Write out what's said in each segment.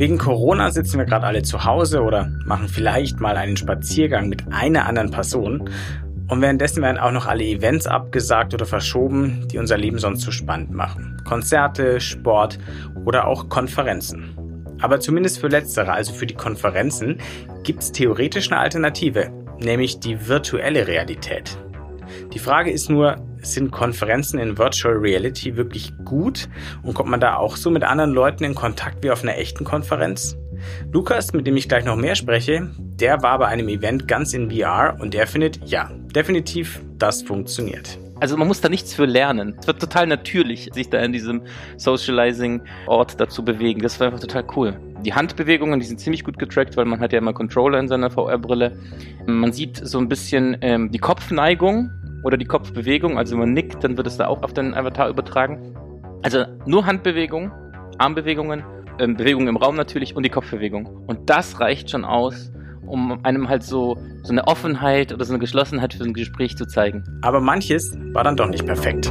Wegen Corona sitzen wir gerade alle zu Hause oder machen vielleicht mal einen Spaziergang mit einer anderen Person. Und währenddessen werden auch noch alle Events abgesagt oder verschoben, die unser Leben sonst so spannend machen. Konzerte, Sport oder auch Konferenzen. Aber zumindest für letztere, also für die Konferenzen, gibt es theoretisch eine Alternative, nämlich die virtuelle Realität. Die Frage ist nur, sind Konferenzen in Virtual Reality wirklich gut und kommt man da auch so mit anderen Leuten in Kontakt wie auf einer echten Konferenz? Lukas, mit dem ich gleich noch mehr spreche, der war bei einem Event ganz in VR und der findet, ja, definitiv, das funktioniert. Also man muss da nichts für lernen. Es wird total natürlich, sich da in diesem Socializing-Ort dazu bewegen. Das war einfach total cool. Die Handbewegungen, die sind ziemlich gut getrackt, weil man hat ja immer Controller in seiner VR-Brille. Man sieht so ein bisschen die Kopfneigung oder die Kopfbewegung. Also wenn man nickt, dann wird es da auch auf den Avatar übertragen. Also nur Handbewegungen, Armbewegungen, Bewegungen im Raum natürlich und die Kopfbewegung. Und das reicht schon aus, um einem halt so eine Offenheit oder so eine Geschlossenheit für ein Gespräch zu zeigen. Aber manches war dann doch nicht perfekt.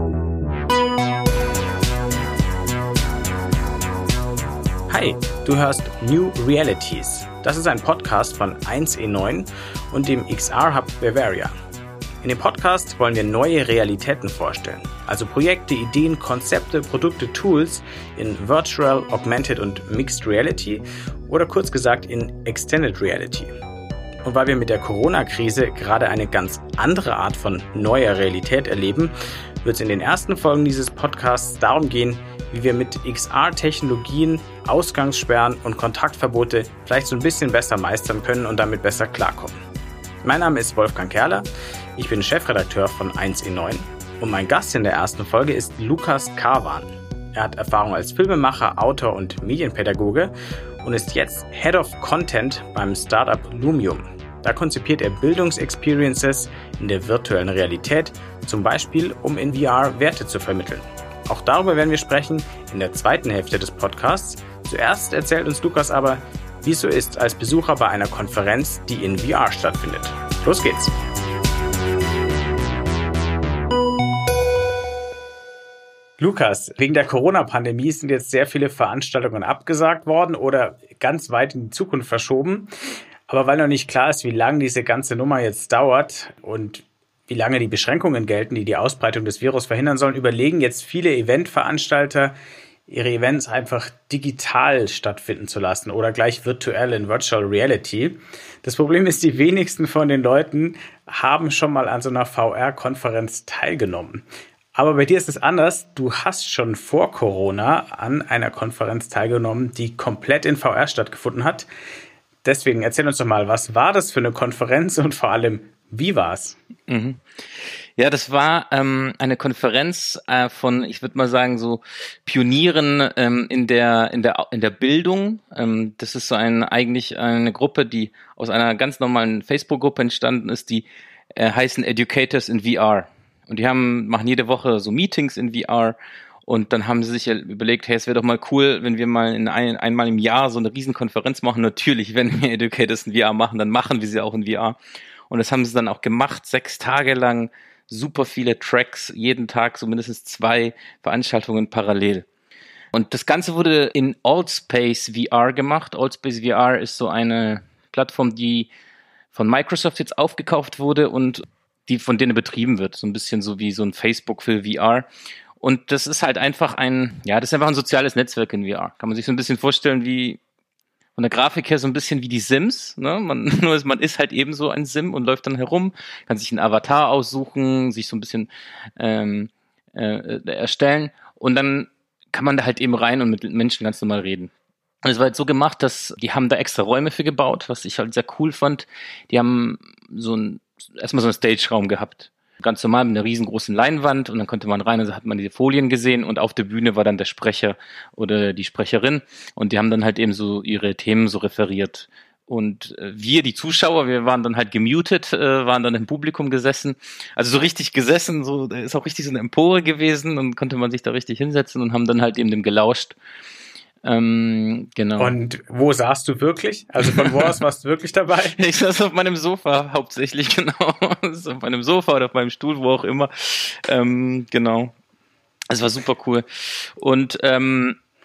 Hi, du hörst New Realities. Das ist ein Podcast von 1E9 und dem XR-Hub Bavaria. In dem Podcast wollen wir neue Realitäten vorstellen. Also Projekte, Ideen, Konzepte, Produkte, Tools in Virtual, Augmented und Mixed Reality oder kurz gesagt in Extended Reality. Und weil wir mit der Corona-Krise gerade eine ganz andere Art von neuer Realität erleben, wird es in den ersten Folgen dieses Podcasts darum gehen, wie wir mit XR-Technologien Ausgangssperren und Kontaktverbote vielleicht so ein bisschen besser meistern können und damit besser klarkommen. Mein Name ist Wolfgang Kerler, ich bin Chefredakteur von 1E9 und mein Gast in der ersten Folge ist Lukas Karwan. Er hat Erfahrung als Filmemacher, Autor und Medienpädagoge und ist jetzt Head of Content beim Startup Lumium. Da konzipiert er Bildungsexperiences in der virtuellen Realität, zum Beispiel um in VR Werte zu vermitteln. Auch darüber werden wir sprechen in der zweiten Hälfte des Podcasts. Zuerst erzählt uns Lukas aber, wie es so ist als Besucher bei einer Konferenz, die in VR stattfindet. Los geht's! Lukas, wegen der Corona-Pandemie sind jetzt sehr viele Veranstaltungen abgesagt worden oder ganz weit in die Zukunft verschoben. Aber weil noch nicht klar ist, wie lange diese ganze Nummer jetzt dauert und wie lange die Beschränkungen gelten, die die Ausbreitung des Virus verhindern sollen, überlegen jetzt viele Eventveranstalter, ihre Events einfach digital stattfinden zu lassen oder gleich virtuell in Virtual Reality. Das Problem ist, die wenigsten von den Leuten haben schon mal an so einer VR-Konferenz teilgenommen. Aber bei dir ist es anders. Du hast schon vor Corona an einer Konferenz teilgenommen, die komplett in VR stattgefunden hat. Deswegen erzähl uns doch mal, was war das für eine Konferenz und vor allem, wie war es? Mhm. Ja, das war eine Konferenz von, ich würde mal sagen, so Pionieren in der Bildung. Das ist so eigentlich eine Gruppe, die aus einer ganz normalen Facebook-Gruppe entstanden ist, die heißen Educators in VR. Und die machen jede Woche so Meetings in VR. Und dann haben sie sich überlegt, hey, es wäre doch mal cool, wenn wir mal einmal im Jahr so eine Riesenkonferenz machen. Natürlich, wenn wir Educators in VR machen, dann machen wir sie auch in VR. Und das haben sie dann auch gemacht, 6 Tage lang, super viele Tracks, jeden Tag so mindestens 2 Veranstaltungen parallel. Und das Ganze wurde in Altspace VR gemacht. Altspace VR ist so eine Plattform, die von Microsoft jetzt aufgekauft wurde und die von denen betrieben wird. So ein bisschen so wie so ein Facebook für VR. Und das ist halt einfach ein soziales Netzwerk in VR. Kann man sich so ein bisschen vorstellen wie von der Grafik her so ein bisschen wie die Sims, ne? Man ist halt eben so ein Sim und läuft dann herum, kann sich einen Avatar aussuchen, sich so ein bisschen erstellen und dann kann man da halt eben rein und mit Menschen ganz normal reden. Und es war halt so gemacht, dass die haben da extra Räume für gebaut, was ich halt sehr cool fand. Die haben erstmal so einen Stage-Raum gehabt. Ganz normal mit einer riesengroßen Leinwand und dann konnte man rein und so hat man diese Folien gesehen und auf der Bühne war dann der Sprecher oder die Sprecherin und die haben dann halt eben so ihre Themen so referiert. Und wir, die Zuschauer, wir waren dann halt gemutet, waren dann im Publikum gesessen, also so richtig gesessen, so da ist auch richtig so eine Empore gewesen und konnte man sich da richtig hinsetzen und haben dann halt eben dem gelauscht. Genau. Und wo saßt du wirklich? Also von wo aus warst du wirklich dabei? Ich saß auf meinem Sofa hauptsächlich, genau. Auf meinem Sofa oder auf meinem Stuhl, wo auch immer. Genau. Es war super cool. Und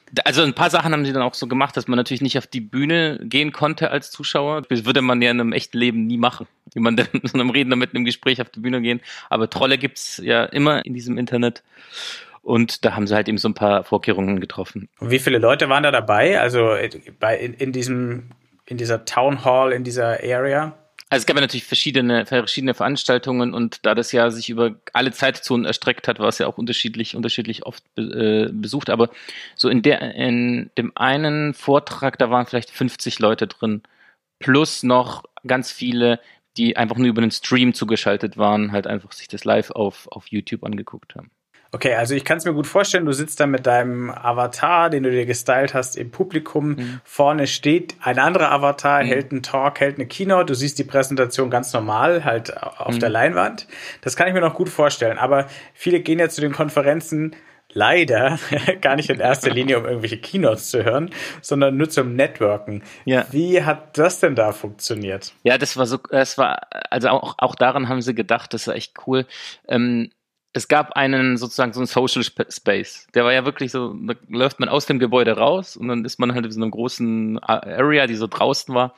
Also ein paar Sachen haben sie dann auch so gemacht, dass man natürlich nicht auf die Bühne gehen konnte als Zuschauer. Das würde man ja in einem echten Leben nie machen. Jemand in so einem Redner mit einem Gespräch auf die Bühne gehen. Aber Trolle gibt's ja immer in diesem Internet. Und da haben sie halt eben so ein paar Vorkehrungen getroffen. Und wie viele Leute waren da dabei? Also in dieser Town Hall, in dieser Area? Also es gab ja natürlich verschiedene Veranstaltungen und da das ja sich über alle Zeitzonen erstreckt hat, war es ja auch unterschiedlich oft besucht. Aber so in dem einen Vortrag, da waren vielleicht 50 Leute drin, plus noch ganz viele, die einfach nur über den Stream zugeschaltet waren, halt einfach sich das live auf YouTube angeguckt haben. Okay, also ich kann es mir gut vorstellen, du sitzt da mit deinem Avatar, den du dir gestylt hast, im Publikum. Vorne steht ein anderer Avatar, hält einen Talk, hält eine Keynote. Du siehst die Präsentation ganz normal, halt auf der Leinwand. Das kann ich mir noch gut vorstellen. Aber viele gehen ja zu den Konferenzen leider gar nicht in erster Linie, um irgendwelche Keynotes zu hören, sondern nur zum Networken. Ja. Wie hat das denn da funktioniert? Ja, also auch daran haben sie gedacht, das war echt cool. Es gab sozusagen so einen Social Space. Der war ja wirklich so, da läuft man aus dem Gebäude raus und dann ist man halt in so einer großen Area, die so draußen war.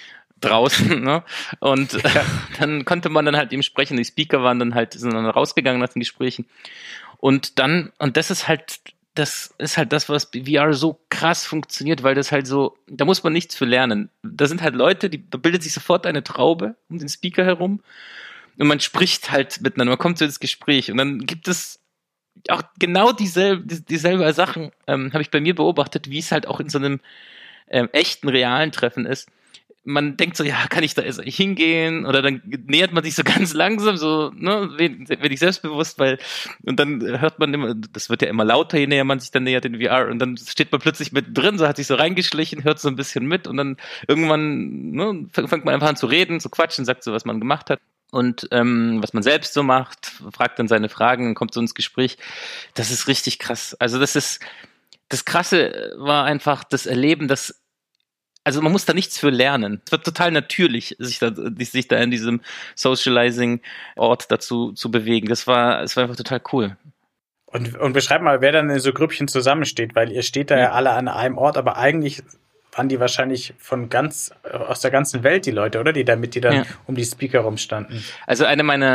Ne? Und dann konnte man dann halt eben sprechen. Die Speaker sind dann rausgegangen nach den Gesprächen. Und das ist halt das, was VR so krass funktioniert, weil das halt so, da muss man nichts für lernen. Da sind halt Leute, da bildet sich sofort eine Traube um den Speaker herum. Und man spricht halt miteinander, man kommt so ins Gespräch und dann gibt es auch genau dieselbe Sachen, habe ich bei mir beobachtet, wie es halt auch in so einem echten, realen Treffen ist. Man denkt so, ja, kann ich da hingehen? Oder dann nähert man sich so ganz langsam, so, ne, wenig selbstbewusst, und dann hört man immer, das wird ja immer lauter, je näher man sich dann nähert in VR, und dann steht man plötzlich mittendrin, so hat sich so reingeschlichen, hört so ein bisschen mit, und dann irgendwann, ne, fängt man einfach an zu reden, zu quatschen, sagt so, was man gemacht hat. Und was man selbst so macht, fragt dann seine Fragen, kommt so ins Gespräch. Das ist richtig krass. Also das Krasse war einfach das Erleben, also man muss da nichts für lernen. Es wird total natürlich, sich da in diesem Socializing-Ort dazu zu bewegen. Es war einfach total cool. Und beschreib mal, wer dann in so Grüppchen zusammensteht, weil ihr steht da ja alle an einem Ort, aber eigentlich waren die wahrscheinlich aus der ganzen Welt, die Leute, oder? Die dann um die Speaker rumstanden. Also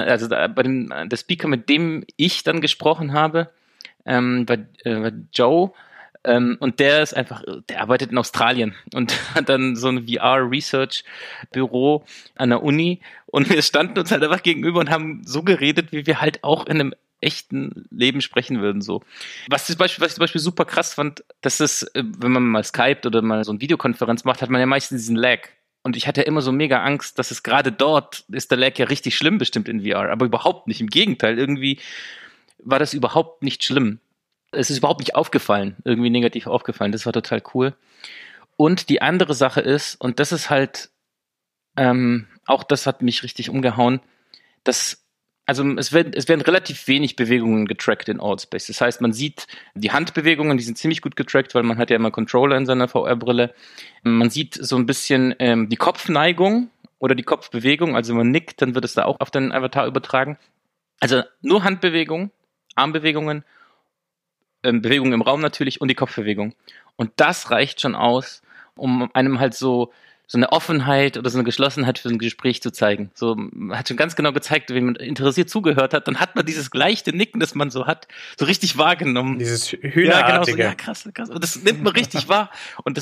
der Speaker, mit dem ich dann gesprochen habe, war Joe, und der arbeitet in Australien und hat dann so ein VR-Research-Büro an der Uni, und wir standen uns halt einfach gegenüber und haben so geredet, wie wir halt auch in einem echten Leben sprechen würden, so. Was ich zum Beispiel super krass fand, dass wenn man mal Skype oder mal so eine Videokonferenz macht, hat man ja meistens diesen Lag. Und ich hatte ja immer so mega Angst, dass es gerade dort ist der Lag ja richtig schlimm bestimmt in VR, aber überhaupt nicht. Im Gegenteil, irgendwie war das überhaupt nicht schlimm. Es ist überhaupt nicht aufgefallen, irgendwie negativ aufgefallen. Das war total cool. Und die andere Sache ist, und das ist halt, auch das hat mich richtig umgehauen, also es werden relativ wenig Bewegungen getrackt in Allspace. Das heißt, man sieht die Handbewegungen, die sind ziemlich gut getrackt, weil man hat ja immer Controller in seiner VR-Brille. Man sieht so ein bisschen die Kopfneigung oder die Kopfbewegung. Also wenn man nickt, dann wird es da auch auf den Avatar übertragen. Also nur Handbewegungen, Armbewegungen, Bewegungen im Raum natürlich und die Kopfbewegung. Und das reicht schon aus, um einem halt so eine Offenheit oder so eine Geschlossenheit für ein Gespräch zu zeigen. So, man hat schon ganz genau gezeigt, wenn man interessiert zugehört hat, dann hat man dieses leichte Nicken, das man so hat, so richtig wahrgenommen. Dieses Hühnerartige. Ja, genau, so, ja, krass. Und das nimmt man richtig wahr. Und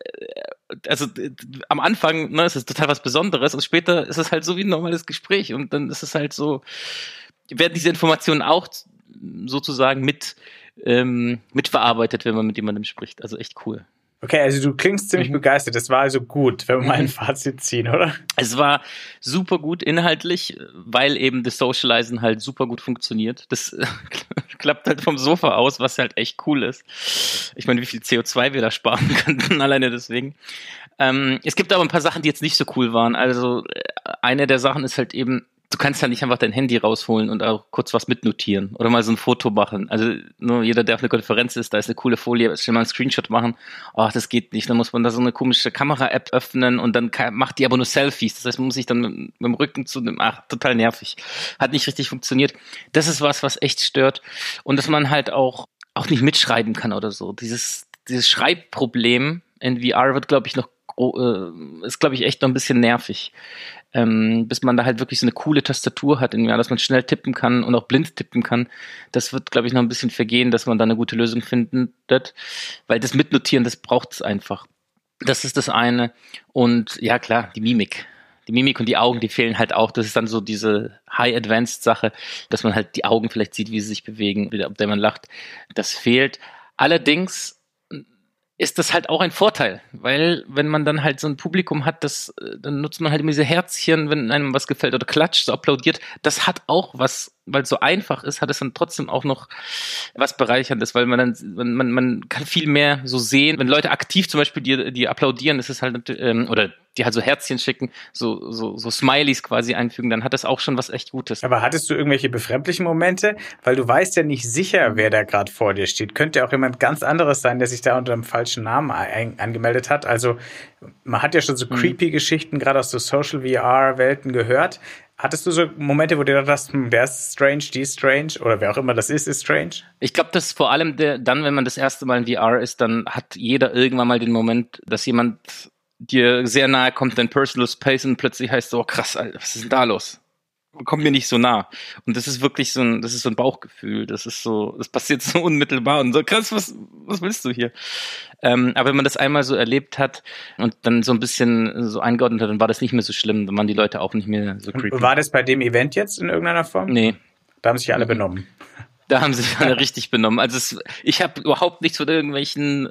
am Anfang, ne, ist es total was Besonderes, und später ist es halt so wie ein normales Gespräch, und dann ist es halt so, werden diese Informationen auch sozusagen mitverarbeitet, wenn man mit jemandem spricht. Also echt cool. Okay, also du klingst ziemlich begeistert. Das war also gut, wenn wir mal ein Fazit ziehen, oder? Es war super gut inhaltlich, weil eben das Socializen halt super gut funktioniert. Das klappt halt vom Sofa aus, was halt echt cool ist. Ich meine, wie viel CO2 wir da sparen könnten, alleine deswegen. Es gibt aber ein paar Sachen, die jetzt nicht so cool waren. Also eine der Sachen ist halt eben, du kannst ja nicht einfach dein Handy rausholen und auch kurz was mitnotieren oder mal so ein Foto machen. Also nur jeder, der auf einer Konferenz ist, da ist eine coole Folie, schnell mal einen Screenshot machen. Ach, das geht nicht. Dann muss man da so eine komische Kamera-App öffnen und dann macht die aber nur Selfies. Das heißt, man muss sich dann mit dem Rücken total nervig. Hat nicht richtig funktioniert. Das ist was echt stört. Und dass man halt auch nicht mitschreiben kann oder so. dieses Schreibproblem in VR wird, glaube ich, ist, glaube ich, echt noch ein bisschen nervig. Bis man da halt wirklich so eine coole Tastatur hat, dass man schnell tippen kann und auch blind tippen kann. Das wird, glaube ich, noch ein bisschen vergehen, dass man da eine gute Lösung findet, weil das Mitnotieren, das braucht es einfach. Das ist das eine. Und ja, klar, die Mimik. Die Mimik und die Augen, die fehlen halt auch. Das ist dann so diese High-Advanced-Sache, dass man halt die Augen vielleicht sieht, wie sie sich bewegen, ob der man lacht. Das fehlt. Allerdings ist das halt auch ein Vorteil, weil wenn man dann halt so ein Publikum hat, dann nutzt man halt immer diese Herzchen, wenn einem was gefällt oder klatscht, so applaudiert. Das hat auch was, weil es so einfach ist, hat es dann trotzdem auch noch was Bereicherndes, weil man kann viel mehr so sehen. Wenn Leute aktiv zum Beispiel die applaudieren, das ist halt, oder die halt so Herzchen schicken, so Smileys quasi einfügen, dann hat das auch schon was echt Gutes. Aber hattest du irgendwelche befremdlichen Momente? Weil du weißt ja nicht sicher, wer da gerade vor dir steht. Könnte ja auch jemand ganz anderes sein, der sich da unter einem falschen Namen angemeldet hat. Also man hat ja schon so creepy Geschichten, gerade aus so Social-VR-Welten gehört. Hattest du so Momente, wo du dachtest, der ist strange, die ist strange oder wer auch immer das ist strange? Ich glaube, dass vor allem dann, wenn man das erste Mal in VR ist, dann hat jeder irgendwann mal den Moment, dass jemand dir sehr nahe kommt, dein Personal Space und plötzlich heißt so, oh krass, Alter, was ist denn da los? Kommt mir nicht so nah. Und das ist wirklich so ein Bauchgefühl. Das passiert so unmittelbar und so, krass, was willst du hier? Aber wenn man das einmal so erlebt hat und dann so ein bisschen so eingeordnet hat, dann war das nicht mehr so schlimm. Dann waren die Leute auch nicht mehr so creepy. Und war das bei dem Event jetzt in irgendeiner Form? Nee. Da haben sich alle benommen. Da haben sich alle richtig benommen. Also ich habe überhaupt nichts von irgendwelchen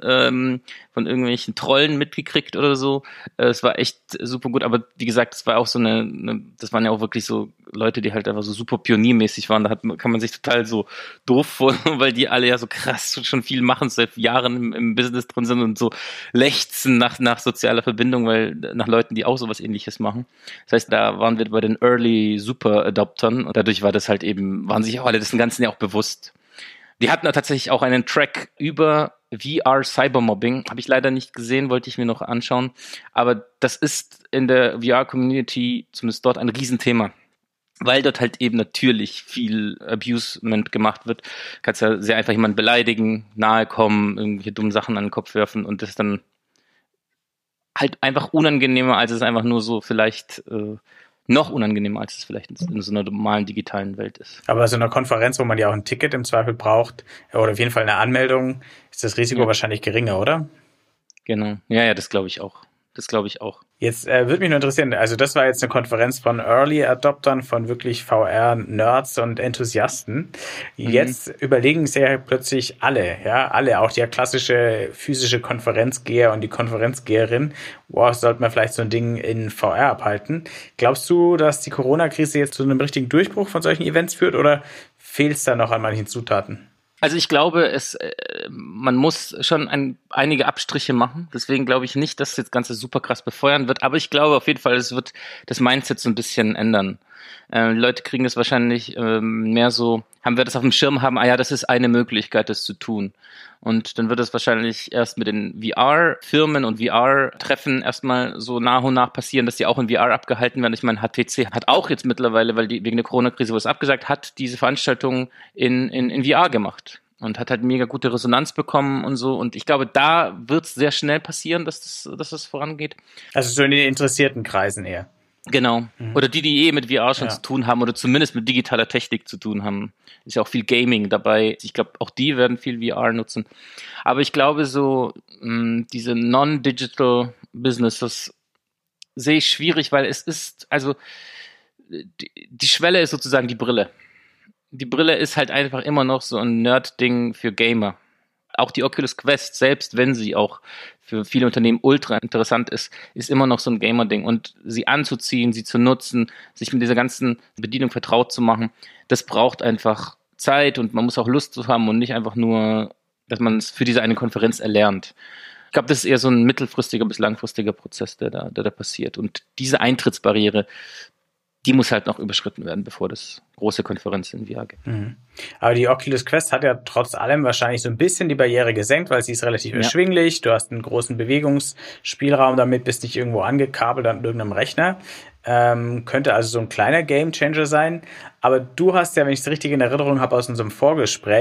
Trollen mitgekriegt oder so. Es war echt super gut, aber wie gesagt, es war auch so das waren ja auch wirklich so Leute, die halt einfach so super pioniermäßig waren. Kann man sich total so doof vorstellen, weil die alle ja so krass schon viel machen, seit Jahren im Business drin sind und so lechzen nach sozialer Verbindung, weil nach Leuten, die auch sowas Ähnliches machen. Das heißt, da waren wir bei den Early Super Adoptern und dadurch war das halt eben, waren sich auch alle das Ganzen ja auch bewusst. Die hatten tatsächlich auch einen Track über VR Cybermobbing. Habe ich leider nicht gesehen, wollte ich mir noch anschauen. Aber das ist in der VR-Community, zumindest dort, ein Riesenthema. Weil dort halt eben natürlich viel Abusement gemacht wird. Kannst ja sehr einfach jemanden beleidigen, nahe kommen, irgendwelche dummen Sachen an den Kopf werfen und das ist dann halt einfach unangenehmer, als es einfach nur so vielleicht noch unangenehmer, als es vielleicht in so einer normalen digitalen Welt ist. Aber so einer Konferenz, wo man ja auch ein Ticket im Zweifel braucht, oder auf jeden Fall eine Anmeldung, ist das Risiko wahrscheinlich geringer, oder? Genau. Ja, das glaube ich auch. Jetzt würde mich nur interessieren, also das war jetzt eine Konferenz von Early Adoptern, von wirklich VR-Nerds und Enthusiasten. Jetzt überlegen sich ja plötzlich alle, auch der klassische physische Konferenzgeher und die Konferenzgeherin, sollte man vielleicht so ein Ding in VR abhalten. Glaubst du, dass die Corona-Krise jetzt zu einem richtigen Durchbruch von solchen Events führt oder fehlt es da noch an manchen Zutaten? Also ich glaube, man muss schon einige Abstriche machen. Deswegen glaube ich nicht, dass das Ganze super krass befeuern wird. Aber ich glaube auf jeden Fall, es wird das Mindset so ein bisschen ändern. Die Leute kriegen das wahrscheinlich mehr so, wir das auf dem Schirm haben, das ist eine Möglichkeit, das zu tun. Und dann wird es wahrscheinlich erst mit den VR-Firmen und VR-Treffen erstmal so nach und nach passieren, dass die auch in VR abgehalten werden. Ich meine, HTC hat auch jetzt mittlerweile, weil die wegen der Corona-Krise was abgesagt hat, diese Veranstaltungen in VR gemacht. Und hat halt mega gute Resonanz bekommen und so. Und ich glaube, da wird es sehr schnell passieren, dass das vorangeht. Also so in den interessierten Kreisen eher. Genau. Oder die mit VR schon zu tun haben oder zumindest mit digitaler Technik zu tun haben. Ist ja auch viel Gaming dabei. Ich glaube, auch die werden viel VR nutzen. Aber ich glaube, so diese Non-Digital Businesses sehe ich schwierig, weil es ist, also die Schwelle ist sozusagen die Brille. Die Brille ist halt einfach immer noch so ein Nerd-Ding für Gamer. Auch die Oculus Quest, selbst wenn sie auch für viele Unternehmen ultra interessant ist immer noch so ein Gamer-Ding. Und sie anzuziehen, sie zu nutzen, sich mit dieser ganzen Bedienung vertraut zu machen, das braucht einfach Zeit und man muss auch Lust zu haben und nicht einfach nur, dass man es für diese eine Konferenz erlernt. Ich glaube, das ist eher so ein mittelfristiger bis langfristiger Prozess, der da passiert. Und diese Eintrittsbarriere, die muss halt noch überschritten werden, bevor das große Konferenz in VR gibt. Aber die Oculus Quest hat ja trotz allem wahrscheinlich so ein bisschen die Barriere gesenkt, weil sie ist relativ erschwinglich, du hast einen großen Bewegungsspielraum damit, bist nicht irgendwo angekabelt an irgendeinem Rechner. Könnte also so ein kleiner Gamechanger sein. Aber du hast ja, wenn ich es richtig in Erinnerung habe aus unserem Vorgespräch,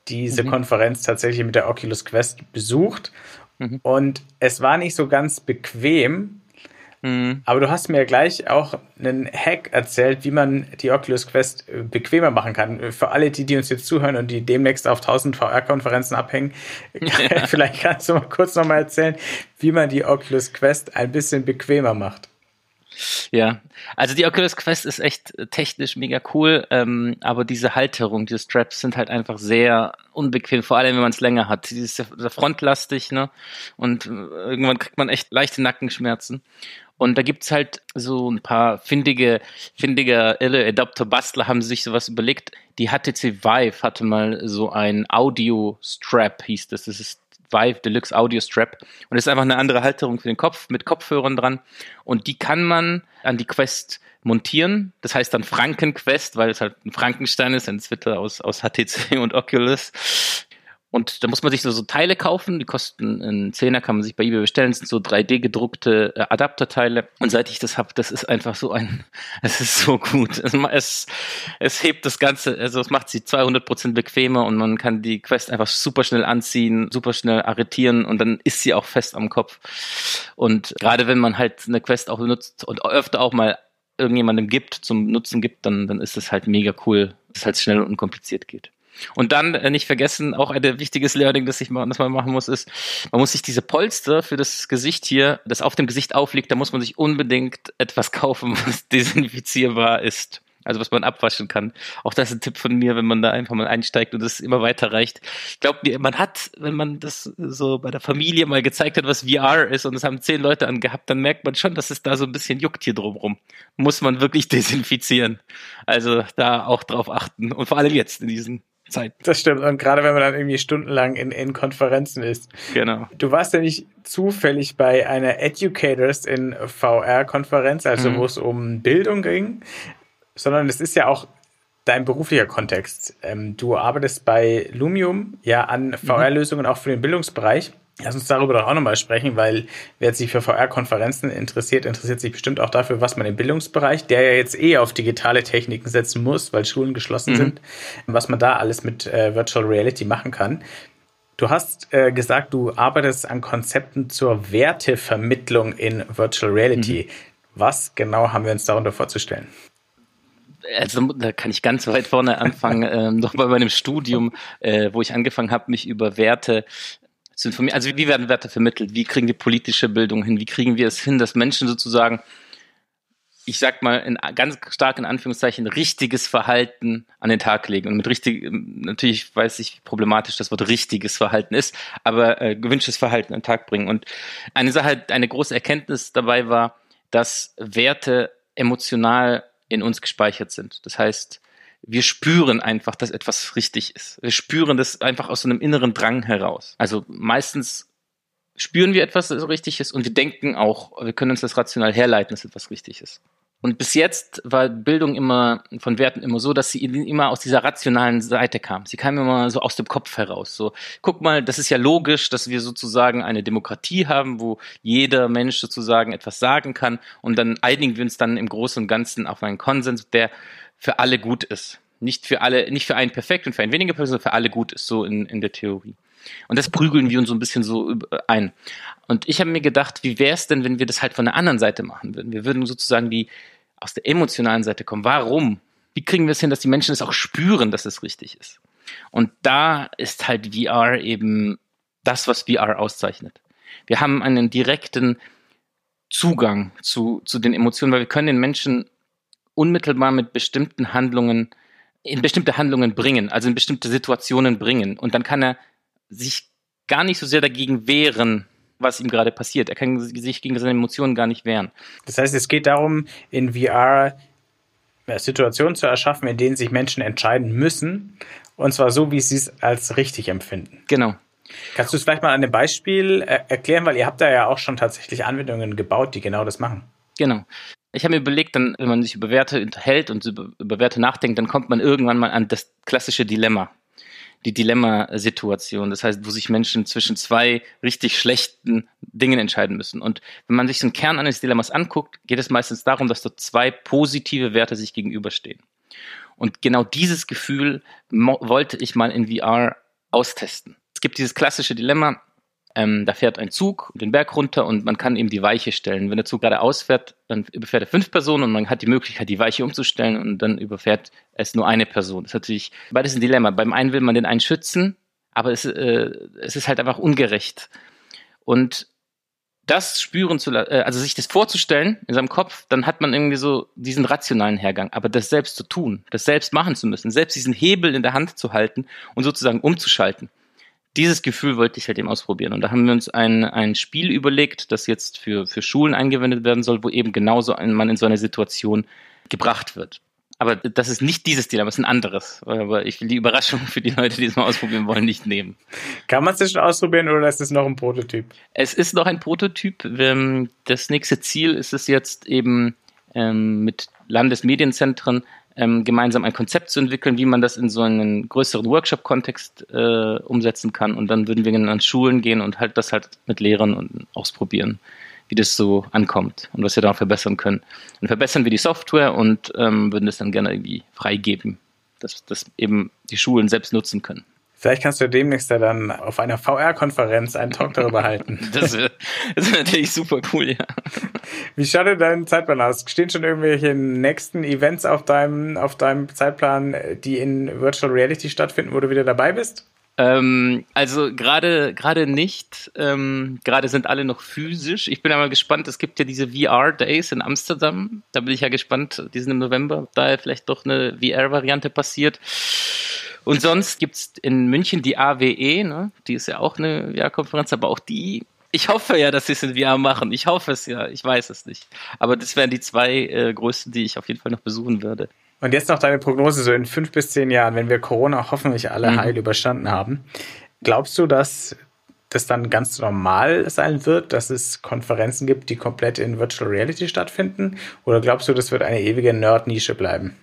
diese Konferenz tatsächlich mit der Oculus Quest besucht und es war nicht so ganz bequem, aber du hast mir gleich auch einen Hack erzählt, wie man die Oculus Quest bequemer machen kann. Für alle, die uns jetzt zuhören und die demnächst auf 1000 VR-Konferenzen abhängen, vielleicht kannst du mal kurz nochmal erzählen, wie man die Oculus Quest ein bisschen bequemer macht. Ja, also die Oculus Quest ist echt technisch mega cool, aber diese Halterung, diese Straps sind halt einfach sehr unbequem, vor allem wenn man es länger hat. Die ist sehr frontlastig, ne? Und irgendwann kriegt man echt leichte Nackenschmerzen. Und da gibt's halt so ein paar findige Early Adopter Bastler haben sich sowas überlegt. Die HTC Vive hatte mal so ein Audio Strap, hieß das. Das ist Vive Deluxe Audio Strap. Und das ist einfach eine andere Halterung für den Kopf mit Kopfhörern dran. Und die kann man an die Quest montieren. Das heißt dann Franken-Quest, weil es halt ein Frankenstein ist, ein Zwitter aus HTC und Oculus. Und da muss man sich so Teile kaufen, die kosten einen Zehner, kann man sich bei eBay bestellen, das sind so 3D-gedruckte Adapterteile. Und seit ich das habe, das ist einfach es ist so gut. Es hebt das Ganze, also es macht sie 200% bequemer und man kann die Quest einfach super schnell anziehen, super schnell arretieren und dann ist sie auch fest am Kopf. Und gerade wenn man halt eine Quest auch benutzt und öfter auch mal irgendjemandem zum Nutzen gibt, dann ist es halt mega cool, dass es halt schnell und unkompliziert geht. Und dann nicht vergessen, auch ein wichtiges Learning, das man machen muss, ist, man muss sich diese Polster für das Gesicht hier, das auf dem Gesicht aufliegt, da muss man sich unbedingt etwas kaufen, was desinfizierbar ist. Also was man abwaschen kann. Auch das ist ein Tipp von mir, wenn man da einfach mal einsteigt und das immer weiter reicht. Ich glaube, man hat, wenn man das so bei der Familie mal gezeigt hat, was VR ist und es haben 10 Leute angehabt, dann merkt man schon, dass es da so ein bisschen juckt hier drumrum. Muss man wirklich desinfizieren. Also da auch drauf achten und vor allem jetzt in diesen Zeit. Das stimmt. Und gerade wenn man dann irgendwie stundenlang in Konferenzen ist. Genau. Du warst ja nicht zufällig bei einer Educators in VR-Konferenz, also wo es um Bildung ging, sondern es ist ja auch dein beruflicher Kontext. Du arbeitest bei Lumium ja an VR-Lösungen auch für den Bildungsbereich. Lass uns darüber doch auch nochmal sprechen, weil wer sich für VR-Konferenzen interessiert sich bestimmt auch dafür, was man im Bildungsbereich, der ja jetzt auf digitale Techniken setzen muss, weil Schulen geschlossen sind, was man da alles mit Virtual Reality machen kann. Du hast gesagt, du arbeitest an Konzepten zur Wertevermittlung in Virtual Reality. Was genau haben wir uns darunter vorzustellen? Also da kann ich ganz weit vorne anfangen, noch bei meinem Studium, wo ich angefangen habe, mich über Werte zu informieren. Also wie werden Werte vermittelt? Wie kriegen wir politische Bildung hin? Wie kriegen wir es hin, dass Menschen sozusagen, ich sag mal ganz stark in Anführungszeichen, richtiges Verhalten an den Tag legen? Und natürlich weiß ich, wie problematisch das Wort richtiges Verhalten ist, aber gewünschtes Verhalten an den Tag bringen. Und eine große Erkenntnis dabei war, dass Werte emotional in uns gespeichert sind. Das heißt, wir spüren einfach, dass etwas richtig ist. Wir spüren das einfach aus so einem inneren Drang heraus. Also meistens spüren wir etwas, das richtig ist und wir denken auch, wir können uns das rational herleiten, dass etwas richtig ist. Und bis jetzt war Bildung von Werten immer so, dass sie immer aus dieser rationalen Seite kam. Sie kam immer so aus dem Kopf heraus. So, guck mal, das ist ja logisch, dass wir sozusagen eine Demokratie haben, wo jeder Mensch sozusagen etwas sagen kann und dann einigen wir uns dann im Großen und Ganzen auf einen Konsens, der für alle gut ist. Nicht für einen perfekt und für einen weniger perfekt, sondern für alle gut ist, so in der Theorie. Und das prügeln wir uns so ein bisschen so ein. Und ich habe mir gedacht, wie wäre es denn, wenn wir das halt von der anderen Seite machen würden? Wir würden sozusagen aus der emotionalen Seite kommen. Warum? Wie kriegen wir es hin, dass die Menschen es auch spüren, dass es richtig ist? Und da ist halt VR eben das, was VR auszeichnet. Wir haben einen direkten Zugang zu den Emotionen, weil wir können den Menschen unmittelbar mit bestimmten Handlungen in bestimmte Handlungen bringen, also in bestimmte Situationen bringen. Und dann kann er sich gar nicht so sehr dagegen wehren, was ihm gerade passiert. Er kann sich gegen seine Emotionen gar nicht wehren. Das heißt, es geht darum, in VR Situationen zu erschaffen, in denen sich Menschen entscheiden müssen, und zwar so, wie sie es als richtig empfinden. Genau. Kannst du es vielleicht mal an einem Beispiel erklären, weil ihr habt da ja auch schon tatsächlich Anwendungen gebaut, die genau das machen. Genau. Ich habe mir überlegt, dann, wenn man sich über Werte unterhält und über Werte nachdenkt, dann kommt man irgendwann mal an das klassische Dilemma. Die Dilemmasituation, das heißt, wo sich Menschen zwischen zwei richtig schlechten Dingen entscheiden müssen. Und wenn man sich den Kern eines Dilemmas anguckt, geht es meistens darum, dass dort zwei positive Werte sich gegenüberstehen. Und genau dieses Gefühl wollte ich mal in VR austesten. Es gibt dieses klassische Dilemma, da fährt ein Zug den Berg runter und man kann eben die Weiche stellen. Wenn der Zug geradeaus fährt, dann überfährt er 5 Personen und man hat die Möglichkeit, die Weiche umzustellen und dann überfährt es nur eine Person. Das ist natürlich beides ein Dilemma. Beim einen will man den einen schützen, aber es ist halt einfach ungerecht. Und das spüren zu lassen, also sich das vorzustellen in seinem Kopf, dann hat man irgendwie so diesen rationalen Hergang. Aber das selbst zu tun, das selbst machen zu müssen, selbst diesen Hebel in der Hand zu halten und sozusagen umzuschalten, dieses Gefühl wollte ich halt eben ausprobieren. Und da haben wir uns ein Spiel überlegt, das jetzt für Schulen angewendet werden soll, wo eben genauso man in so eine Situation gebracht wird. Aber das ist nicht dieses Dilemma, das ist ein anderes. Aber ich will die Überraschung für die Leute, die es mal ausprobieren wollen, nicht nehmen. Kann man es denn schon ausprobieren oder ist es noch ein Prototyp? Es ist noch ein Prototyp. Das nächste Ziel ist es jetzt eben mit Landesmedienzentren gemeinsam ein Konzept zu entwickeln, wie man das in so einen größeren Workshop-Kontext umsetzen kann. Und dann würden wir dann an Schulen gehen und halt das halt mit Lehrern und ausprobieren, wie das so ankommt und was wir da verbessern können. Dann verbessern wir die Software und würden das dann gerne irgendwie freigeben, dass das eben die Schulen selbst nutzen können. Vielleicht kannst du demnächst ja dann auf einer VR-Konferenz einen Talk darüber halten. Das wäre natürlich super cool, ja. Wie schaut denn dein Zeitplan aus? Stehen schon irgendwelche nächsten Events auf deinem Zeitplan, die in Virtual Reality stattfinden, wo du wieder dabei bist? Also gerade nicht. Gerade sind alle noch physisch. Ich bin aber gespannt, es gibt ja diese VR-Days in Amsterdam. Da bin ich ja gespannt, die sind im November, ob da vielleicht doch eine VR-Variante passiert. Und sonst gibt's in München die AWE, ne? Die ist ja auch eine VR-Konferenz, aber auch die, ich hoffe ja, dass sie es in VR machen. Ich hoffe es ja, ich weiß es nicht. Aber das wären die 2 größten, die ich auf jeden Fall noch besuchen würde. Und jetzt noch deine Prognose, so in 5 bis 10 Jahren, wenn wir Corona hoffentlich alle heil überstanden haben. Glaubst du, dass das dann ganz normal sein wird, dass es Konferenzen gibt, die komplett in Virtual Reality stattfinden? Oder glaubst du, das wird eine ewige Nerd-Nische bleiben?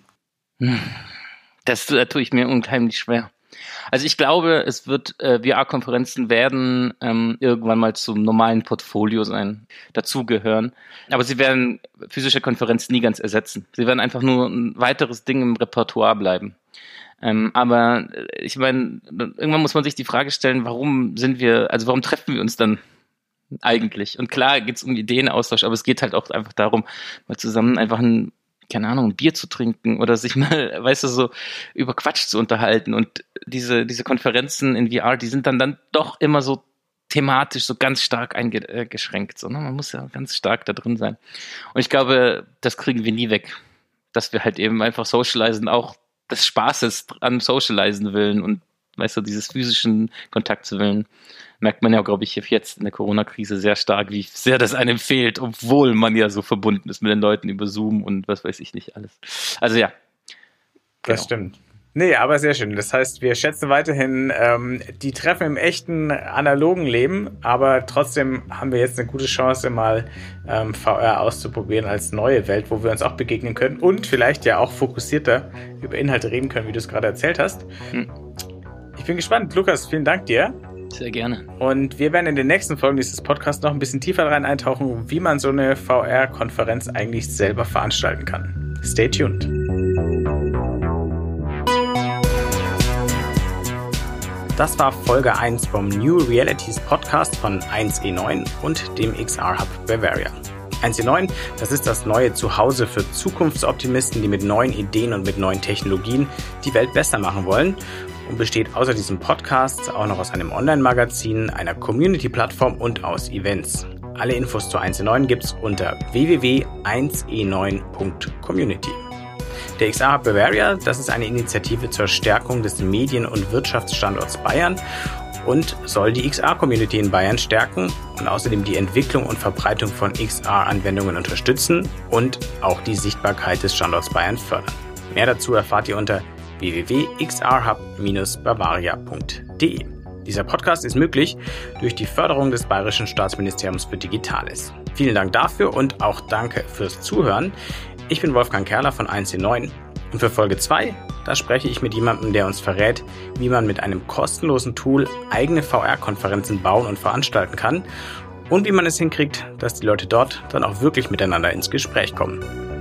Da tue ich mir unheimlich schwer. Also ich glaube, es wird VR-Konferenzen werden irgendwann mal zum normalen Portfolio sein, dazugehören. Aber sie werden physische Konferenzen nie ganz ersetzen. Sie werden einfach nur ein weiteres Ding im Repertoire bleiben. Aber ich meine, irgendwann muss man sich die Frage stellen, warum treffen wir uns dann eigentlich? Und klar geht's um Ideenaustausch, aber es geht halt auch einfach darum, mal zusammen einfach ein Bier zu trinken oder sich mal, weißt du, so über Quatsch zu unterhalten. Und diese Konferenzen in VR, die sind dann doch immer so thematisch so ganz stark eingeschränkt. So, ne? Man muss ja ganz stark da drin sein. Und ich glaube, das kriegen wir nie weg. Dass wir halt eben einfach socialisen, auch des Spaßes an Socialisen willen und, weißt du, dieses physischen Kontakts willen. Merkt man ja, glaube ich, jetzt in der Corona-Krise sehr stark, wie sehr das einem fehlt, obwohl man ja so verbunden ist mit den Leuten über Zoom und was weiß ich nicht alles. Also ja. Das stimmt. Nee, aber sehr schön. Das heißt, wir schätzen weiterhin die Treffen im echten, analogen Leben, aber trotzdem haben wir jetzt eine gute Chance, mal VR auszuprobieren als neue Welt, wo wir uns auch begegnen können und vielleicht ja auch fokussierter über Inhalte reden können, wie du es gerade erzählt hast. Ich bin gespannt. Lukas, vielen Dank dir. Sehr gerne. Und wir werden in den nächsten Folgen dieses Podcasts noch ein bisschen tiefer rein eintauchen, wie man so eine VR-Konferenz eigentlich selber veranstalten kann. Stay tuned. Das war Folge 1 vom New Realities Podcast von 1E9 und dem XR Hub Bavaria. 1E9, das ist das neue Zuhause für Zukunftsoptimisten, die mit neuen Ideen und mit neuen Technologien die Welt besser machen wollen. Und besteht außer diesem Podcast auch noch aus einem Online-Magazin, einer Community-Plattform und aus Events. Alle Infos zu 1E9 gibt's unter www.1e9.community. Der XR Hub Bavaria, das ist eine Initiative zur Stärkung des Medien- und Wirtschaftsstandorts Bayern und soll die XR-Community in Bayern stärken und außerdem die Entwicklung und Verbreitung von XR-Anwendungen unterstützen und auch die Sichtbarkeit des Standorts Bayern fördern. Mehr dazu erfahrt ihr unter www.xrhub-bavaria.de. Dieser Podcast ist möglich durch die Förderung des Bayerischen Staatsministeriums für Digitales. Vielen Dank dafür und auch danke fürs Zuhören. Ich bin Wolfgang Kerler von 1E9 und für Folge 2, da spreche ich mit jemandem, der uns verrät, wie man mit einem kostenlosen Tool eigene VR-Konferenzen bauen und veranstalten kann und wie man es hinkriegt, dass die Leute dort dann auch wirklich miteinander ins Gespräch kommen.